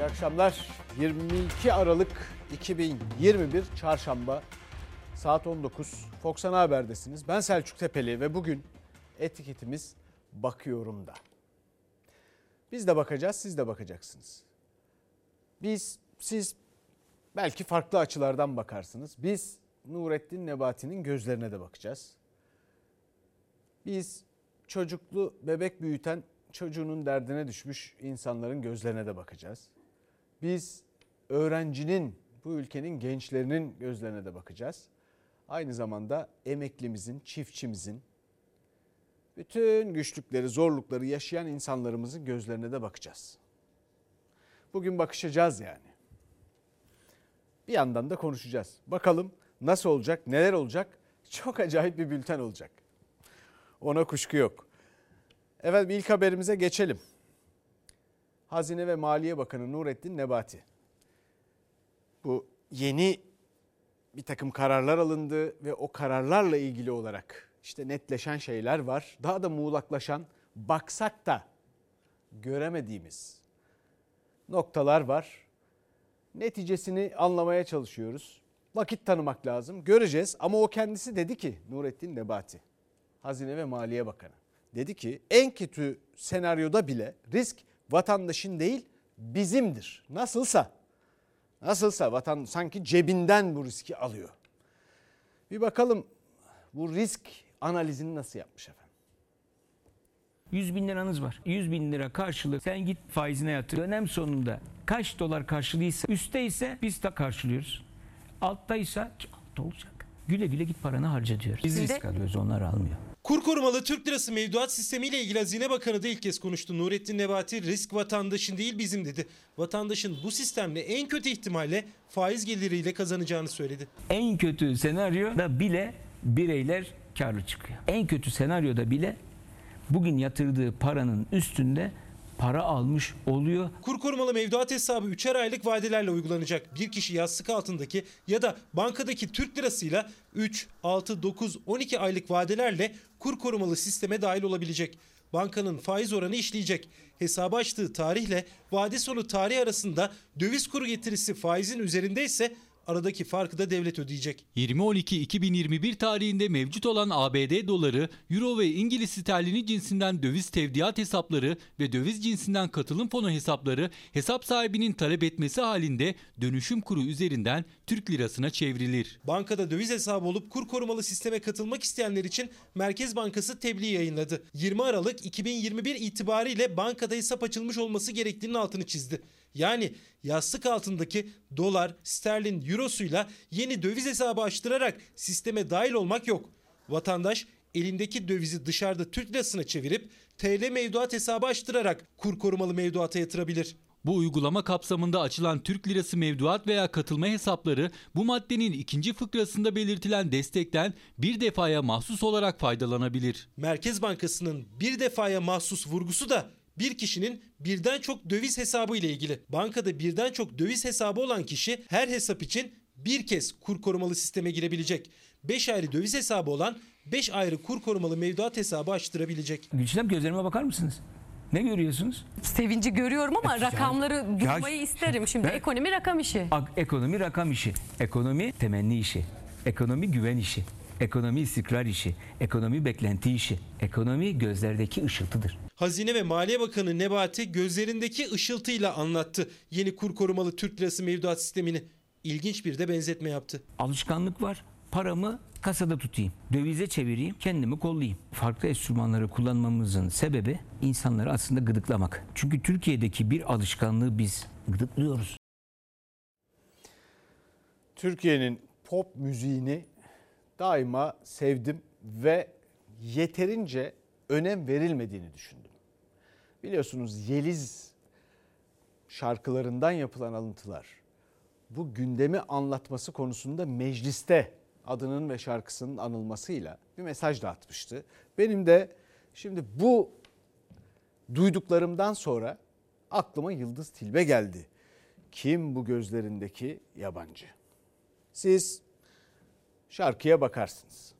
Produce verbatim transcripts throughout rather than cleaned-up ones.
İyi akşamlar. yirmi iki Aralık iki bin yirmi bir Çarşamba saat on dokuz. Fox Ana Haber'desiniz. Ben Selçuk Tepeli ve bugün etiketimiz Bakıyorum'da. Biz de bakacağız, siz de bakacaksınız. Biz, siz belki farklı açılardan bakarsınız. Biz Nurettin Nebati'nin gözlerine de bakacağız. Biz çocuklu bebek büyüten, çocuğunun derdine düşmüş insanların gözlerine de bakacağız. Biz öğrencinin, bu ülkenin gençlerinin gözlerine de bakacağız. Aynı zamanda emeklimizin, çiftçimizin, bütün güçlükleri, zorlukları yaşayan insanlarımızın gözlerine de bakacağız. Bugün bakışacağız yani. Bir yandan da konuşacağız. Bakalım nasıl olacak, neler olacak? Çok acayip bir bülten olacak. Ona kuşku yok. Evet, ilk haberimize geçelim. Hazine ve Maliye Bakanı Nurettin Nebati. Bu yeni bir takım kararlar alındı ve o kararlarla ilgili olarak işte netleşen şeyler var. Daha da muğlaklaşan, baksak da göremediğimiz noktalar var. Neticesini anlamaya çalışıyoruz. Vakit tanımak lazım. Göreceğiz ama o kendisi dedi ki, Nurettin Nebati, Hazine ve Maliye Bakanı, dedi ki en kötü senaryoda bile risk vatandaşın değil bizimdir. Nasılsa, nasılsa vatan sanki cebinden bu riski alıyor. Bir bakalım bu risk analizini nasıl yapmış efendim? yüz bin liranız var. yüz bin lira karşılığı sen git faizine yatır. Dönem sonunda kaç dolar karşılığıysa, üstte ise biz de karşılıyoruz. Alttaysa altta olacak. Güle güle git paranı harca diyoruz. Biz risk alıyoruz, onlar almıyor. Kur korumalı Türk lirası mevduat sistemiyle ilgili Hazine Bakanı da ilk kez konuştu. Nurettin Nebati risk vatandaşın değil bizim dedi. Vatandaşın bu sistemle en kötü ihtimalle faiz geliriyle kazanacağını söyledi. En kötü senaryoda bile bireyler karlı çıkıyor. En kötü senaryoda bile bugün yatırdığı paranın üstünde para almış oluyor. Kur korumalı mevduat hesabı üçer aylık vadelerle uygulanacak. Bir kişi yastık altındaki ya da bankadaki Türk lirasıyla üç, altı, dokuz, on iki aylık vadelerle kur korumalı sisteme dahil olabilecek. Bankanın faiz oranı işleyecek. Hesabı açtığı tarihle vade sonu tarih arasında döviz kuru getirisi faizin üzerindeyse aradaki farkı da devlet ödeyecek. yirmi on iki iki bin yirmi bir tarihinde mevcut olan A B D doları, euro ve İngiliz sterlini cinsinden döviz tevdiat hesapları ve döviz cinsinden katılım fonu hesapları hesap sahibinin talep etmesi halinde dönüşüm kuru üzerinden Türk lirasına çevrilir. Bankada döviz hesabı olup kur korumalı sisteme katılmak isteyenler için Merkez Bankası tebliğ yayınladı. yirmi Aralık iki bin yirmi bir itibariyle bankada hesap açılmış olması gerektiğinin altını çizdi. Yani yastık altındaki dolar, sterlin, eurosuyla yeni döviz hesabı açtırarak sisteme dahil olmak yok. Vatandaş elindeki dövizi dışarıda Türk lirasına çevirip T L mevduat hesabı açtırarak kur korumalı mevduata yatırabilir. Bu uygulama kapsamında açılan Türk lirası mevduat veya katılma hesapları bu maddenin ikinci fıkrasında belirtilen destekten bir defaya mahsus olarak faydalanabilir. Merkez Bankası'nın bir defaya mahsus vurgusu da bir kişinin birden çok döviz hesabı ile ilgili. Bankada birden çok döviz hesabı olan kişi her hesap için bir kez kur korumalı sisteme girebilecek. beş ayrı döviz hesabı olan beş ayrı kur korumalı mevduat hesabı açtırabilecek. Gülçinem, gözlerime bakar mısınız? Ne görüyorsunuz? Sevinci görüyorum ama Ya, rakamları duymayı ya, isterim. Şimdi ben- ekonomi rakam işi. Ekonomi rakam işi. Ekonomi temenni işi. Ekonomi güven işi. Ekonomi istikrar işi. Ekonomi beklenti işi. Ekonomi gözlerdeki ışıltıdır. Hazine ve Maliye Bakanı Nebati gözlerindeki ışıltıyla anlattı yeni kur korumalı Türk lirası mevduat sistemini. İlginç bir de benzetme yaptı. Alışkanlık var. Paramı kasada tutayım. Dövize çevireyim. Kendimi kollayayım. Farklı enstrümanları kullanmamızın sebebi insanları aslında gıdıklamak. Çünkü Türkiye'deki bir alışkanlığı biz gıdıklıyoruz. Türkiye'nin pop müziğini daima sevdim ve yeterince önem verilmediğini düşündüm. Biliyorsunuz Yeliz şarkılarından yapılan alıntılar bu gündemi anlatması konusunda mecliste adının ve şarkısının anılmasıyla bir mesaj dağıtmıştı. Benim de şimdi bu duyduklarımdan sonra aklıma Yıldız Tilbe geldi. Kim bu gözlerindeki yabancı? Siz şarkıya bakarsınız.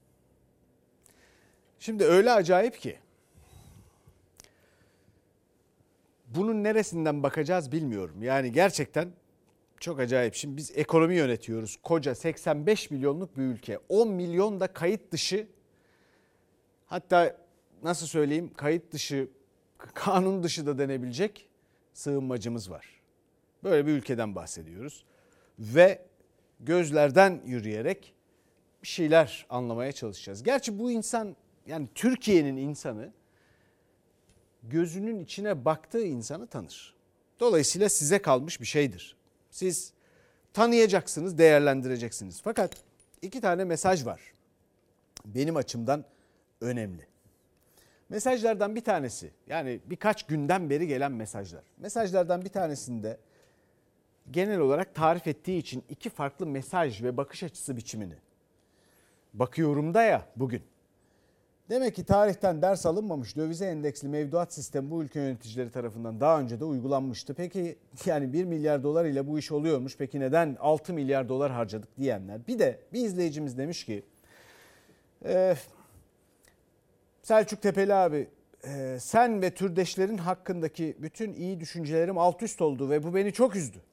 Şimdi öyle acayip ki bunun neresinden bakacağız bilmiyorum. Yani gerçekten çok acayip. Şimdi biz ekonomi yönetiyoruz. Koca seksen beş milyonluk bir ülke. on milyon da kayıt dışı, hatta nasıl söyleyeyim, kayıt dışı, kanun dışı da denebilecek sığınmacımız var. Böyle bir ülkeden bahsediyoruz. Ve gözlerden yürüyerek bir şeyler anlamaya çalışacağız. Gerçi bu insan, yani Türkiye'nin insanı gözünün içine baktığı insanı tanır. Dolayısıyla size kalmış bir şeydir. Siz tanıyacaksınız, değerlendireceksiniz. Fakat iki tane mesaj var. Benim açımdan önemli. Mesajlardan bir tanesi, yani birkaç günden beri gelen mesajlar. Mesajlardan bir tanesinde genel olarak tarif ettiği için iki farklı mesaj ve bakış açısı biçimini bakıyorum da ya bugün. Demek ki tarihten ders alınmamış, dövize endeksli mevduat sistemi bu ülke yöneticileri tarafından daha önce de uygulanmıştı. Peki yani bir milyar dolar ile bu iş oluyormuş. Peki neden altı milyar dolar harcadık diyenler. Bir de bir izleyicimiz demiş ki e, Selçuk Tepeli abi, e, sen ve türdeşlerin hakkındaki bütün iyi düşüncelerim alt üst oldu ve bu beni çok üzdü.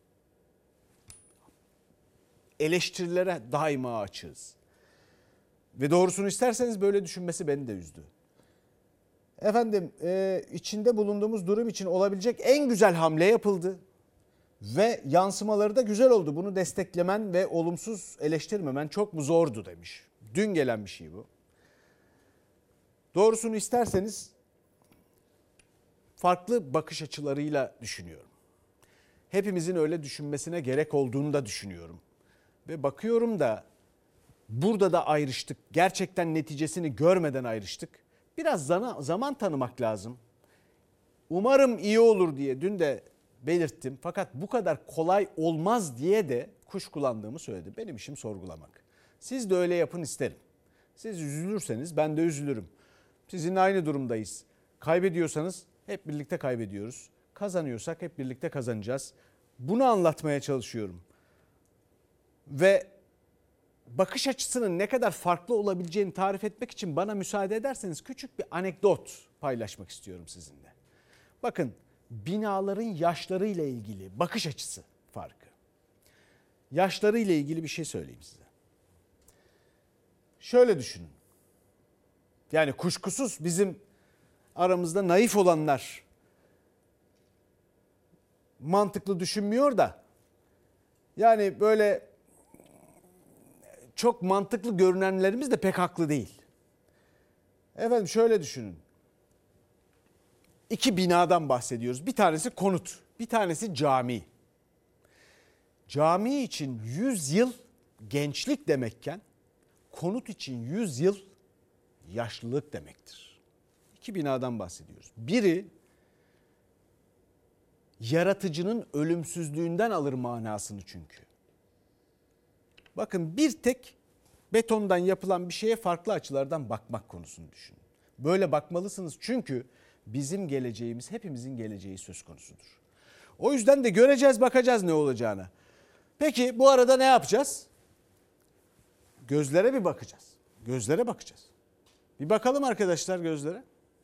Eleştirilere daima açığız. Ve doğrusunu isterseniz böyle düşünmesi beni de üzdü. Efendim e, içinde bulunduğumuz durum için olabilecek en güzel hamle yapıldı. Ve yansımaları da güzel oldu. Bunu desteklemen ve olumsuz eleştirmemen çok mu zordu demiş. Dün gelen bir şey bu. Doğrusunu isterseniz farklı bakış açılarıyla düşünüyorum. Hepimizin öyle düşünmesine gerek olduğunu da düşünüyorum. Ve bakıyorum da burada da ayrıştık. Gerçekten neticesini görmeden ayrıştık. Biraz zaman tanımak lazım. Umarım iyi olur diye dün de belirttim. Fakat bu kadar kolay olmaz diye de kuşkulandığımı söyledim. Benim işim sorgulamak. Siz de öyle yapın isterim. Siz üzülürseniz ben de üzülürüm. Sizinle aynı durumdayız. Kaybediyorsanız hep birlikte kaybediyoruz. Kazanıyorsak hep birlikte kazanacağız. Bunu anlatmaya çalışıyorum. Ve bakış açısının ne kadar farklı olabileceğini tarif etmek için bana müsaade ederseniz küçük bir anekdot paylaşmak istiyorum sizinle. Bakın, binaların yaşlarıyla ilgili bakış açısı farkı. Yaşlarıyla ilgili bir şey söyleyeyim size. Şöyle düşünün. Yani kuşkusuz bizim aramızda naif olanlar mantıklı düşünmüyor da, yani böyle çok mantıklı görünenlerimiz de pek haklı değil. Efendim şöyle düşünün. İki binadan bahsediyoruz. Bir tanesi konut, bir tanesi cami. Cami için yüz yıl gençlik demekken konut için yüz yıl yaşlılık demektir. İki binadan bahsediyoruz. Biri yaratıcının ölümsüzlüğünden alır manasını çünkü. Bakın, bir tek betondan yapılan bir şeye farklı açılardan bakmak konusunu düşünün. Böyle bakmalısınız çünkü bizim geleceğimiz, hepimizin geleceği söz konusudur. O yüzden de göreceğiz, bakacağız ne olacağına. Peki bu arada ne yapacağız? Gözlere bir bakacağız. Gözlere bakacağız. Bir bakalım arkadaşlar gözlere.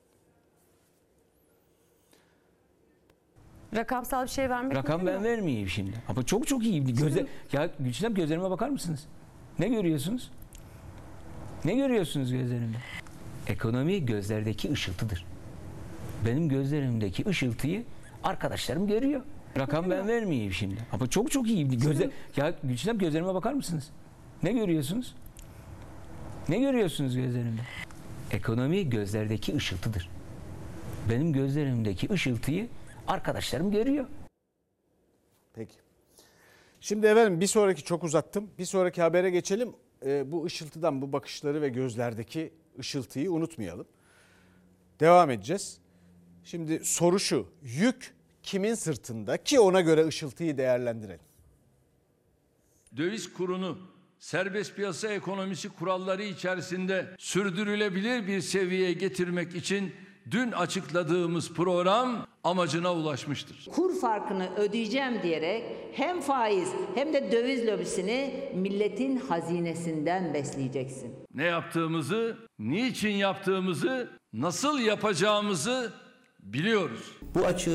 Rakamsal bir şey vermek Rakam mümkün ben mü? vermeyeyim şimdi. Ama çok çok iyi. Gözle, ya Gülçin, gözlerime bakar mısınız? Ne görüyorsunuz? Ne görüyorsunuz gözlerimde? Ekonomi gözlerdeki ışıltıdır. Benim gözlerimdeki ışıltıyı arkadaşlarım görüyor. Rakam ben vermeyeyim şimdi. Ama çok çok iyi. Gözle, ya Gülçin, gözlerime bakar mısınız? Ne görüyorsunuz? Ne görüyorsunuz gözlerimde? Ekonomi gözlerdeki ışıltıdır. Benim gözlerimdeki ışıltıyı arkadaşlarım görüyor. Peki. Şimdi efendim bir sonraki, çok uzattım. Bir sonraki habere geçelim. Ee, bu ışıltıdan, bu bakışları ve gözlerdeki ışıltıyı unutmayalım. Devam edeceğiz. Şimdi soru şu: yük kimin sırtında, ki ona göre ışıltıyı değerlendirelim. Döviz kurunu serbest piyasa ekonomisi kuralları içerisinde sürdürülebilir bir seviyeye getirmek için dün açıkladığımız program amacına ulaşmıştır. Kur farkını ödeyeceğim diyerek hem faiz hem de döviz lobisini milletin hazinesinden besleyeceksin. Ne yaptığımızı, niçin yaptığımızı, nasıl yapacağımızı biliyoruz. Bu açığı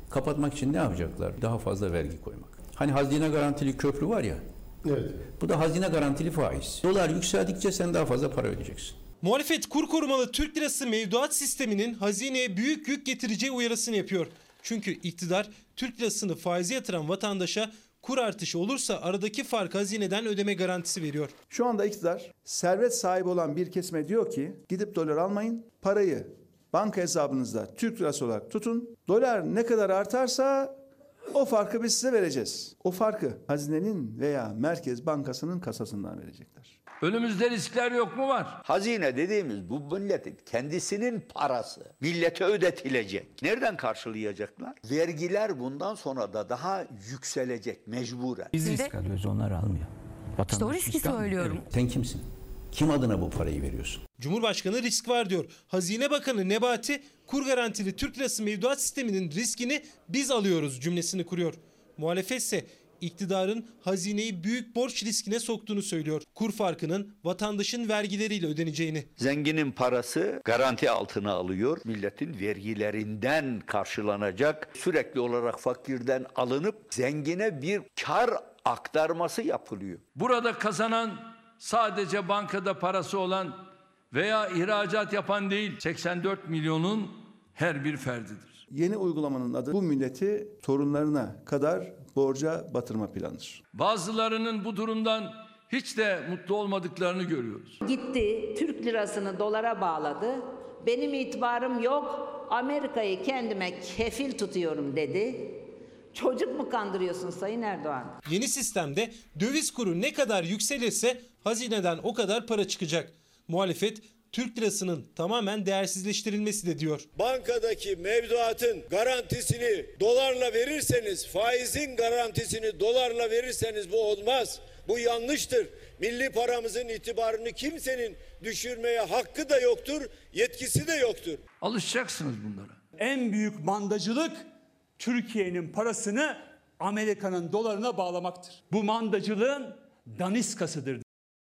Kapatmak için ne yapacaklar? Daha fazla vergi koymak. Hani hazine garantili köprü var ya. Evet. Bu da hazine garantili faiz. Dolar yükseldikçe sen daha fazla para ödeyeceksin. Muhalefet kur korumalı Türk lirası mevduat sisteminin hazineye büyük yük getireceği uyarısını yapıyor. Çünkü iktidar Türk lirasını faize yatıran vatandaşa kur artışı olursa aradaki fark hazineden ödeme garantisi veriyor. Şu anda iktidar servet sahibi olan bir kesime diyor ki gidip dolar almayın, parayı banka hesabınızda Türk lirası olarak tutun. Dolar ne kadar artarsa o farkı biz size vereceğiz. O farkı hazinenin veya Merkez Bankası'nın kasasından verecekler. Önümüzde riskler yok mu var? Hazine dediğimiz bu milletin kendisinin parası. Millete ödetilecek. Nereden karşılayacaklar? Vergiler bundan sonra da daha yükselecek mecburen. Biz risk alıyoruz, onlar almıyor. Vatandaş İşte o riski risk almıyor. söylüyorum. Sen kimsin? Kim adına bu parayı veriyorsun? Cumhurbaşkanı risk var diyor. Hazine Bakanı Nebati kur garantili Türk lirası mevduat sisteminin riskini biz alıyoruz cümlesini kuruyor. Muhalefet ise iktidarın hazineyi büyük borç riskine soktuğunu söylüyor. Kur farkının vatandaşın vergileriyle ödeneceğini. Zenginin parası garanti altına alıyor. Milletin vergilerinden karşılanacak. Sürekli olarak fakirden alınıp zengine bir kar aktarması yapılıyor. Burada kazanan sadece bankada parası olan veya ihracat yapan değil, seksen dört milyonun her bir ferdidir. Yeni uygulamanın adı bu milleti torunlarına kadar borca batırma planıdır. Bazılarının bu durumdan hiç de mutlu olmadıklarını görüyoruz. Gitti Türk lirasını dolara bağladı. Benim itibarım yok. Amerika'yı kendime kefil tutuyorum dedi. Çocuk mu kandırıyorsun Sayın Erdoğan? Yeni sistemde döviz kuru ne kadar yükselirse hazineden o kadar para çıkacak. Muhalefet Türk lirasının tamamen değersizleştirilmesi de diyor. Bankadaki mevduatın garantisini dolarla verirseniz, faizin garantisini dolarla verirseniz bu olmaz. Bu yanlıştır. Milli paramızın itibarını kimsenin düşürmeye hakkı da yoktur, yetkisi de yoktur. Alışacaksınız bunlara. En büyük mandacılık Türkiye'nin parasını Amerika'nın dolarına bağlamaktır. Bu mandacılığın daniskasıdır.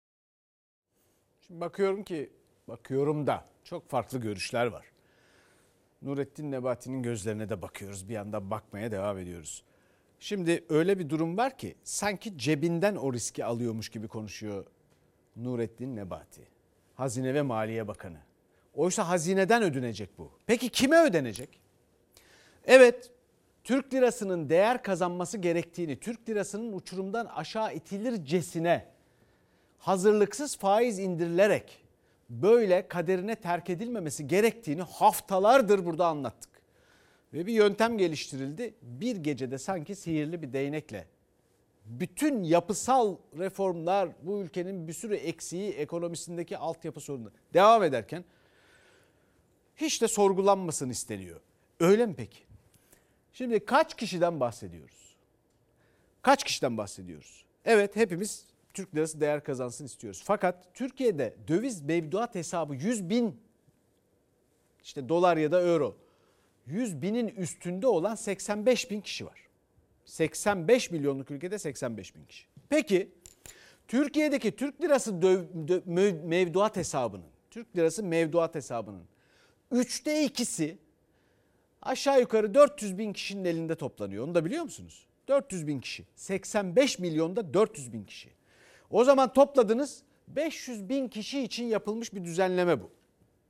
Şimdi bakıyorum ki, bakıyorum da çok farklı görüşler var. Nurettin Nebati'nin gözlerine de bakıyoruz. Bir yandan bakmaya devam ediyoruz. Şimdi öyle bir durum var ki sanki cebinden o riski alıyormuş gibi konuşuyor Nurettin Nebati. Hazine ve Maliye Bakanı. Oysa hazineden ödenecek bu. Peki kime ödenecek? Evet, Türk lirasının değer kazanması gerektiğini, Türk lirasının uçurumdan aşağı itilircesine hazırlıksız faiz indirilerek böyle kaderine terk edilmemesi gerektiğini haftalardır burada anlattık. Ve bir yöntem geliştirildi. Bir gecede sanki sihirli bir değnekle bütün yapısal reformlar, bu ülkenin bir sürü eksiği, ekonomisindeki altyapı sorunu devam ederken hiç de sorgulanmasın isteniyor. Öyle mi peki? Şimdi kaç kişiden bahsediyoruz? Kaç kişiden bahsediyoruz? Evet, hepimiz Türk lirası değer kazansın istiyoruz. Fakat Türkiye'de döviz mevduat hesabı yüz bin işte dolar ya da euro, yüz binin üstünde olan seksen beş bin kişi var. seksen beş milyonluk ülkede seksen beş bin kişi. Peki Türkiye'deki Türk lirası döv, dö, mevduat hesabının, Türk lirası mevduat hesabının üçte ikisi aşağı yukarı dört yüz bin kişinin elinde toplanıyor. Onu da biliyor musunuz? dört yüz bin kişi. seksen beş milyonda dört yüz bin kişi. O zaman topladınız, beş yüz bin kişi için yapılmış bir düzenleme bu.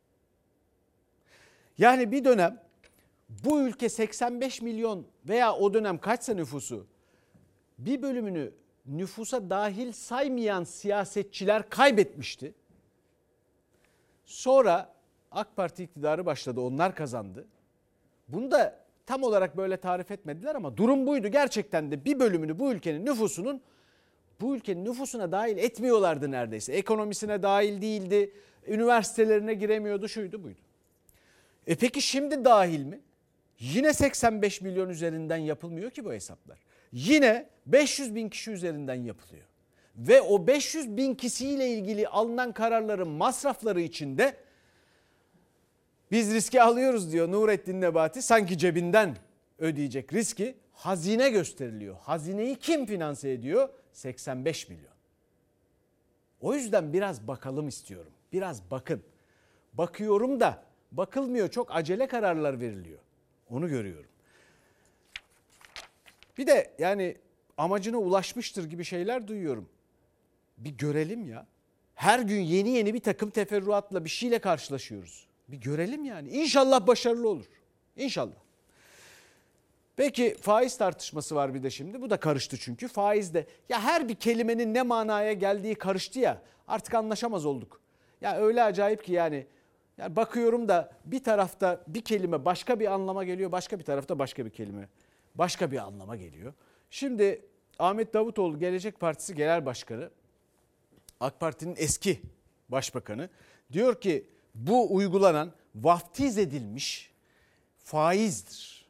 Yani bir dönem bu ülke seksen beş milyon veya o dönem kaçsa nüfusu, bir bölümünü nüfusa dahil saymayan siyasetçiler kaybetmişti. Sonra AK Parti iktidarı başladı, onlar kazandı. Bunu da tam olarak böyle tarif etmediler ama durum buydu. Gerçekten de bir bölümünü bu ülkenin nüfusunun, bu ülkenin nüfusuna dahil etmiyorlardı neredeyse. Ekonomisine dahil değildi, üniversitelerine giremiyordu, şuydu buydu. E peki şimdi dahil mi? Yine seksen beş milyon üzerinden yapılmıyor ki bu hesaplar. Yine beş yüz bin kişi üzerinden yapılıyor. Ve o beş yüz bin kişiyle ilgili alınan kararların masrafları içinde biz riski alıyoruz diyor Nurettin Nebati. Sanki cebinden ödeyecek riski hazine gösteriliyor. Hazineyi kim finanse ediyor? seksen beş milyon. O yüzden biraz bakalım istiyorum. Biraz bakın. Bakıyorum da bakılmıyor, çok acele kararlar veriliyor. Onu görüyorum. Bir de yani amacına ulaşmıştır gibi şeyler duyuyorum. Bir görelim ya. Her gün yeni yeni bir takım teferruatla bir şeyle karşılaşıyoruz. Bir görelim yani. İnşallah başarılı olur. İnşallah. Peki faiz tartışması var bir de şimdi. Bu da karıştı çünkü. Faiz de ya her bir kelimenin ne manaya geldiği karıştı ya. Artık anlaşamaz olduk. Ya öyle acayip ki yani. Yani bakıyorum da bir tarafta bir kelime başka bir anlama geliyor. Başka bir tarafta başka bir kelime başka bir anlama geliyor. Şimdi Ahmet Davutoğlu Gelecek Partisi Genel Başkanı, AK Parti'nin eski başbakanı diyor ki bu uygulanan vaftiz edilmiş faizdir.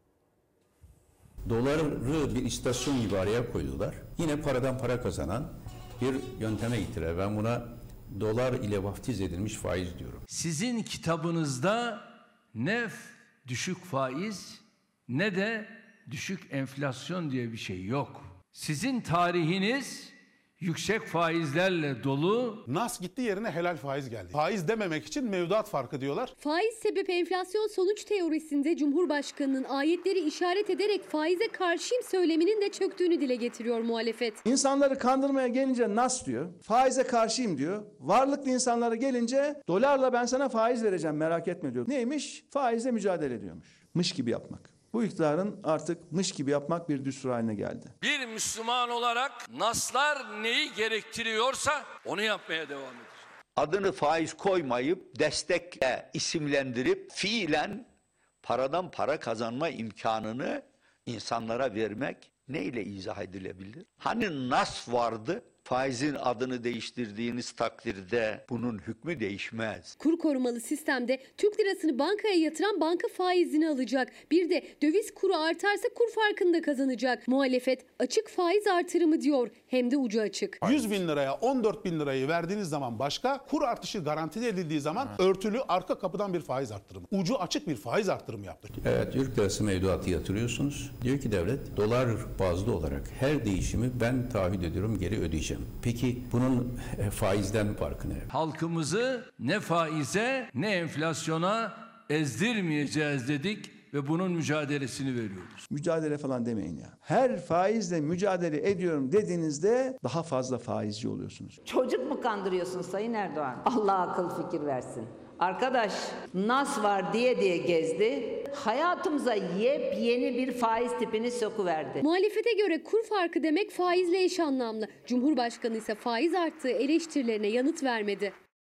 Doları bir istasyon gibi araya koydular. Yine paradan para kazanan bir yönteme gittiler. Ben buna dolar ile vaftiz edilmiş faiz diyorum. Sizin kitabınızda ne düşük faiz ne de düşük enflasyon diye bir şey yok. Sizin tarihiniz yüksek faizlerle dolu. Nas gitti yerine helal faiz geldi. Faiz dememek için mevduat farkı diyorlar. Faiz sebep enflasyon sonuç teorisinde Cumhurbaşkanı'nın ayetleri işaret ederek faize karşıyım söyleminin de çöktüğünü dile getiriyor muhalefet. İnsanları kandırmaya gelince nas diyor, faize karşıyım diyor. Varlıklı insanlara gelince dolarla ben sana faiz vereceğim merak etme diyor. Neymiş? Faizle mücadele ediyormuş. Mış gibi yapmak. Bu iktidarın artık mış gibi yapmak bir düstur haline geldi. Bir Müslüman olarak naslar neyi gerektiriyorsa onu yapmaya devam edeceğiz. Adını faiz koymayıp destekle isimlendirip fiilen paradan para kazanma imkanını insanlara vermek neyle izah edilebilir? Hani nas vardı? Faizin adını değiştirdiğiniz takdirde bunun hükmü değişmez. Kur korumalı sistemde Türk lirasını bankaya yatıran banka faizini alacak. Bir de döviz kuru artarsa kur farkını da kazanacak. Muhalefet açık faiz artırımı diyor. Hem de ucu açık. yüz bin liraya on dört bin lirayı verdiğiniz zaman başka, kur artışı garanti edildiği zaman evet. örtülü arka kapıdan bir faiz arttırımı. Ucu açık bir faiz arttırımı yaptık. Evet, Türk lirası mevduatı yatırıyorsunuz. Diyor ki devlet dolar bazlı olarak her değişimi ben taahhüt ediyorum geri ödeyeceğim. Peki bunun faizden farkı ne? Halkımızı ne faize ne enflasyona ezdirmeyeceğiz dedik ve bunun mücadelesini veriyoruz. Mücadele falan demeyin ya. Her faizle mücadele ediyorum dediğinizde daha fazla faizci oluyorsunuz. Çocuk mu kandırıyorsun Sayın Erdoğan? Allah akıl fikir versin. Arkadaş nas var diye diye gezdi. Hayatımıza yepyeni bir faiz tipini sokuverdi. Muhalefete göre kur farkı demek faizle eş anlamlı. Cumhurbaşkanı ise faiz arttığı eleştirilerine yanıt vermedi.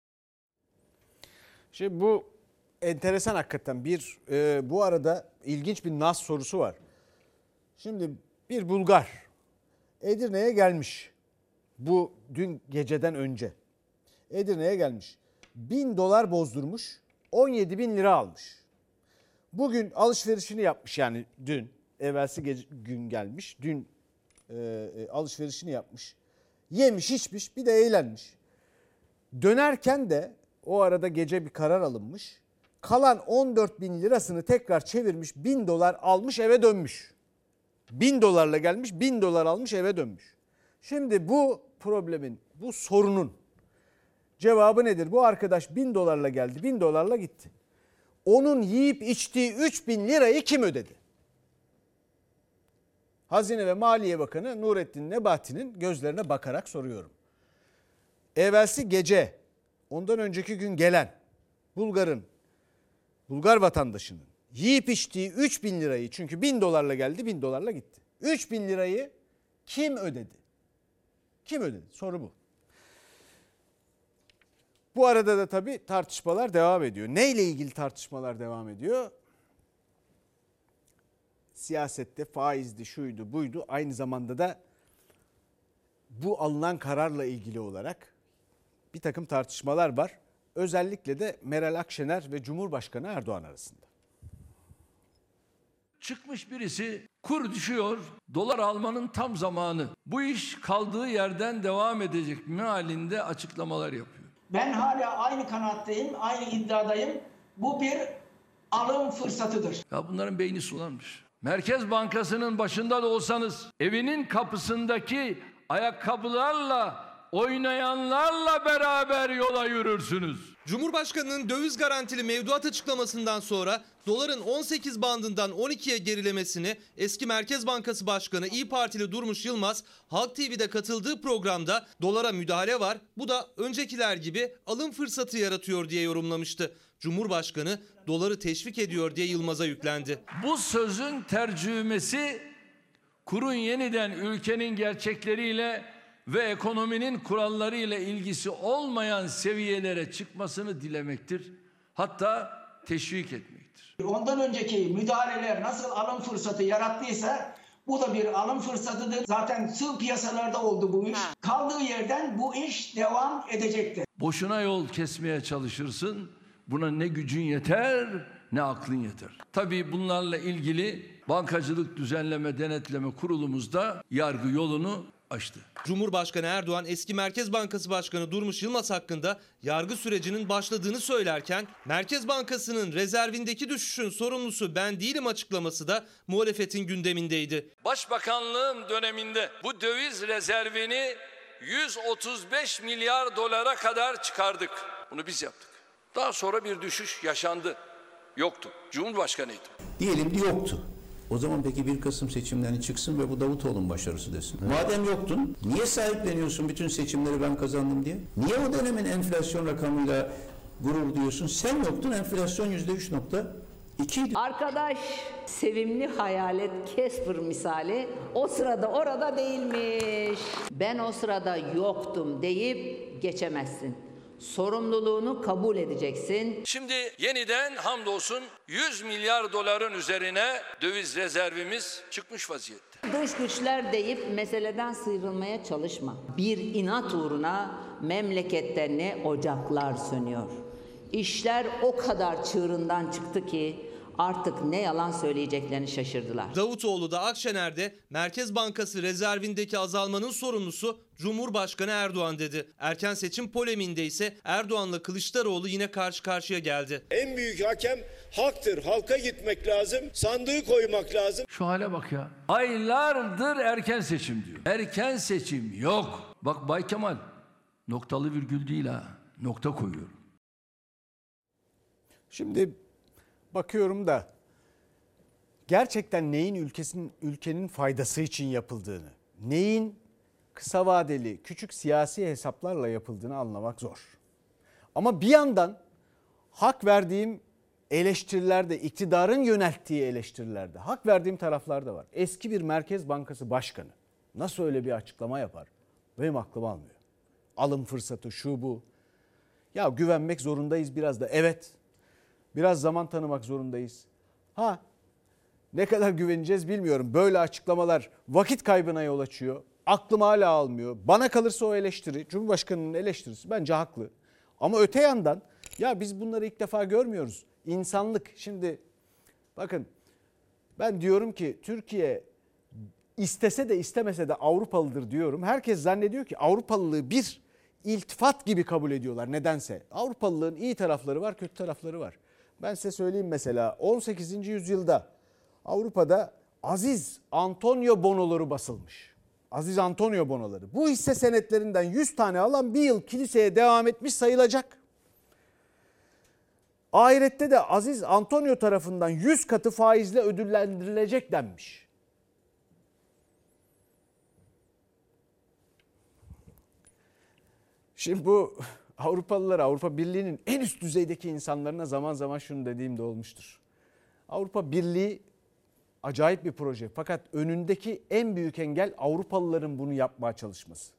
Şimdi bu enteresan hakikaten bir e, bu arada ilginç bir nas sorusu var. Şimdi bir Bulgar Edirne'ye gelmiş. Bu dün geceden önce Edirne'ye gelmiş. Bin dolar bozdurmuş, on yedi bin lira almış. Bugün alışverişini yapmış yani dün, evvelsi gece, gün gelmiş, dün e, e, alışverişini yapmış. Yemiş, içmiş, bir de eğlenmiş. Dönerken de o arada gece bir karar alınmış. Kalan on dört bin lirasını tekrar çevirmiş, bin dolar almış eve dönmüş. Bin dolarla gelmiş, bin dolar almış eve dönmüş. Şimdi bu problemin, bu sorunun cevabı nedir? Bu arkadaş bin dolarla geldi, bin dolarla gitti. Onun yiyip içtiği üç bin lirayı kim ödedi? Hazine ve Maliye Bakanı Nurettin Nebati'nin gözlerine bakarak soruyorum. Evvelsi gece, ondan önceki gün gelen Bulgar'ın, Bulgar vatandaşının yiyip içtiği üç bin lirayı, çünkü bin dolarla geldi, bin dolarla gitti. üç bin lirayı kim ödedi? Kim ödedi? Soru bu. Bu arada da tabii tartışmalar devam ediyor. Neyle ilgili tartışmalar devam ediyor? Siyasette faizdi, şuydu, buydu. Aynı zamanda da bu alınan kararla ilgili olarak bir takım tartışmalar var. Özellikle de Meral Akşener ve Cumhurbaşkanı Erdoğan arasında. Çıkmış birisi kur düşüyor, dolar almanın tam zamanı. Bu iş kaldığı yerden devam edecek mealinde açıklamalar yapıyor. Ben hala aynı kanaatteyim, aynı iddiadayım. Bu bir alım fırsatıdır. Ya bunların beyni sulanmış. Merkez Bankası'nın başında da olsanız evinin kapısındaki ayakkabılarla oynayanlarla beraber yola yürürsünüz. Cumhurbaşkanının döviz garantili mevduat açıklamasından sonra doların on sekiz bandından on ikiye gerilemesini eski Merkez Bankası Başkanı İYİ Partili Durmuş Yılmaz Halk T V'de katıldığı programda dolara müdahale var, bu da öncekiler gibi alım fırsatı yaratıyor diye yorumlamıştı. Cumhurbaşkanı doları teşvik ediyor diye Yılmaz'a yüklendi. Bu sözün tercümesi kurun yeniden ülkenin gerçekleriyle ve ekonominin kurallarıyla ilgisi olmayan seviyelere çıkmasını dilemektir. Hatta teşvik etmektir. Ondan önceki müdahaleler nasıl alım fırsatı yarattıysa bu da bir alım fırsatıdır. Zaten sığ piyasalarda oldu bu iş. Kaldığı yerden bu iş devam edecektir. Boşuna yol kesmeye çalışırsın. Buna ne gücün yeter ne aklın yeter. Tabii bunlarla ilgili Bankacılık Düzenleme Denetleme Kurulumuzda yargı yolunu açtı. Cumhurbaşkanı Erdoğan eski Merkez Bankası Başkanı Durmuş Yılmaz hakkında yargı sürecinin başladığını söylerken Merkez Bankası'nın rezervindeki düşüşün sorumlusu ben değilim açıklaması da muhalefetin gündemindeydi. Başbakanlığım döneminde bu döviz rezervini yüz otuz beş milyar dolara kadar çıkardık. Bunu biz yaptık. Daha sonra bir düşüş yaşandı. Yoktu. Cumhurbaşkanıydım. Diyelim ki yoktu. O zaman peki bir Kasım seçimlerini çıksın ve bu Davutoğlu'nun başarısı desin. Evet. Madem yoktun, niye sahipleniyorsun bütün seçimleri ben kazandım diye? Niye o dönemin enflasyon rakamıyla gurur duyuyorsun? Sen yoktun, enflasyon yüzde üç nokta iki. Arkadaş sevimli hayalet Casper misali o sırada orada değilmiş. Ben o sırada yoktum deyip geçemezsin. Sorumluluğunu kabul edeceksin. Şimdi yeniden hamdolsun yüz milyar doların üzerine döviz rezervimiz çıkmış vaziyette. Dış güçler deyip meseleden sıyrılmaya çalışma. Bir inat uğruna memlekette ne ocaklar sönüyor. İşler o kadar çığırından çıktı ki artık ne yalan söyleyeceklerini şaşırdılar. Davutoğlu da Akşener'de Merkez Bankası rezervindeki azalmanın sorumlusu Cumhurbaşkanı Erdoğan dedi. Erken seçim polemiğinde ise Erdoğan'la Kılıçdaroğlu yine karşı karşıya geldi. En büyük hakem halktır. Halka gitmek lazım. Sandığı koymak lazım. Şu hale bak ya. Aylardır erken seçim diyor. Erken seçim yok. Bak Bay Kemal noktalı virgül değil ha. Nokta koyuyorum. Şimdi bakıyorum da gerçekten neyin ülkesin ülkenin faydası için yapıldığını, neyin kısa vadeli küçük siyasi hesaplarla yapıldığını anlamak zor. Ama bir yandan hak verdiğim eleştirilerde, iktidarın yönelttiği eleştirilerde hak verdiğim taraflar da var. Eski bir Merkez Bankası Başkanı nasıl öyle bir açıklama yapar? Benim aklım almıyor. Alım fırsatı şu bu. Ya güvenmek zorundayız biraz da. Evet. Biraz zaman tanımak zorundayız. Ha, ne kadar güveneceğiz bilmiyorum. Böyle açıklamalar vakit kaybına yol açıyor. Aklım hala almıyor. Bana kalırsa o eleştiri, Cumhurbaşkanı'nın eleştirisi bence haklı. Ama öte yandan ya biz bunları ilk defa görmüyoruz. İnsanlık, şimdi bakın ben diyorum ki Türkiye istese de istemese de Avrupalıdır diyorum. Herkes zannediyor ki Avrupalılığı bir iltifat gibi kabul ediyorlar nedense. Avrupalılığın iyi tarafları var, kötü tarafları var. Ben size söyleyeyim mesela on sekizinci yüzyılda Avrupa'da Aziz Antonio bonoları basılmış. Aziz Antonio bonoları. Bu hisse senetlerinden yüz tane alan bir yıl kiliseye devam etmiş sayılacak. Ahirette de Aziz Antonio tarafından yüz katı faizle ödüllendirilecek denmiş. Şimdi bu Avrupalılar, Avrupa Birliği'nin en üst düzeydeki insanlarına zaman zaman şunu dediğim de olmuştur. Avrupa Birliği acayip bir proje. Fakat önündeki en büyük engel Avrupalıların bunu yapmaya çalışması.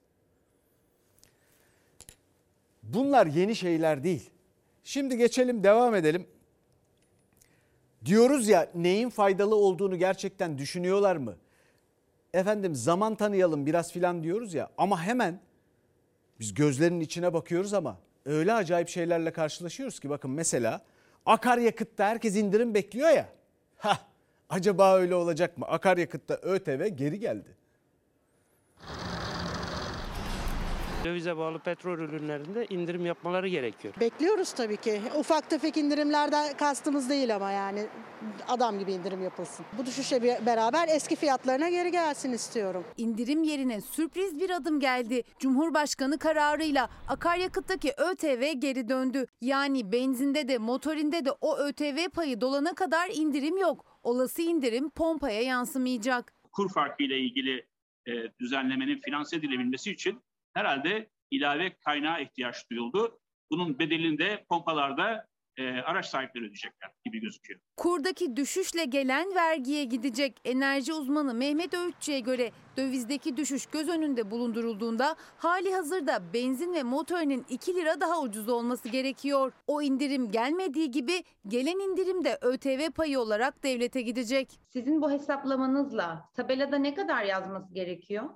Bunlar yeni şeyler değil. Şimdi geçelim, devam edelim. Diyoruz ya, neyin faydalı olduğunu gerçekten düşünüyorlar mı? Efendim zaman tanıyalım biraz filan diyoruz ya, ama hemen biz gözlerinin içine bakıyoruz ama öyle acayip şeylerle karşılaşıyoruz ki, bakın mesela akaryakıtta herkes indirim bekliyor ya. Hah, acaba öyle olacak mı? Akaryakıtta ÖTV geri geldi. Dövize bağlı petrol ürünlerinde indirim yapmaları gerekiyor. Bekliyoruz tabii ki. Ufak tefek indirimlerden kastımız değil ama yani adam gibi indirim yapılsın. Bu düşüşle beraber eski fiyatlarına geri gelsin istiyorum. İndirim yerine sürpriz bir adım geldi. Cumhurbaşkanı kararıyla akaryakıttaki ÖTV geri döndü. Yani benzinde de motorinde de o ÖTV payı dolana kadar indirim yok. Olası indirim pompaya yansımayacak. Kur farkı ile ilgili e, düzenlemenin finanse edilebilmesi için herhalde ilave kaynağa ihtiyaç duyuldu. Bunun bedelini de pompalarda e, araç sahipleri ödeyecekler gibi gözüküyor. Kurdaki düşüşle gelen vergiye gidecek. Enerji uzmanı Mehmet Öğütçü'ye göre dövizdeki düşüş göz önünde bulundurulduğunda hali hazırda benzin ve motorinin iki lira daha ucuz olması gerekiyor. O indirim gelmediği gibi gelen indirim de ÖTV payı olarak devlete gidecek. Sizin bu hesaplamanızla tabelada ne kadar yazması gerekiyor?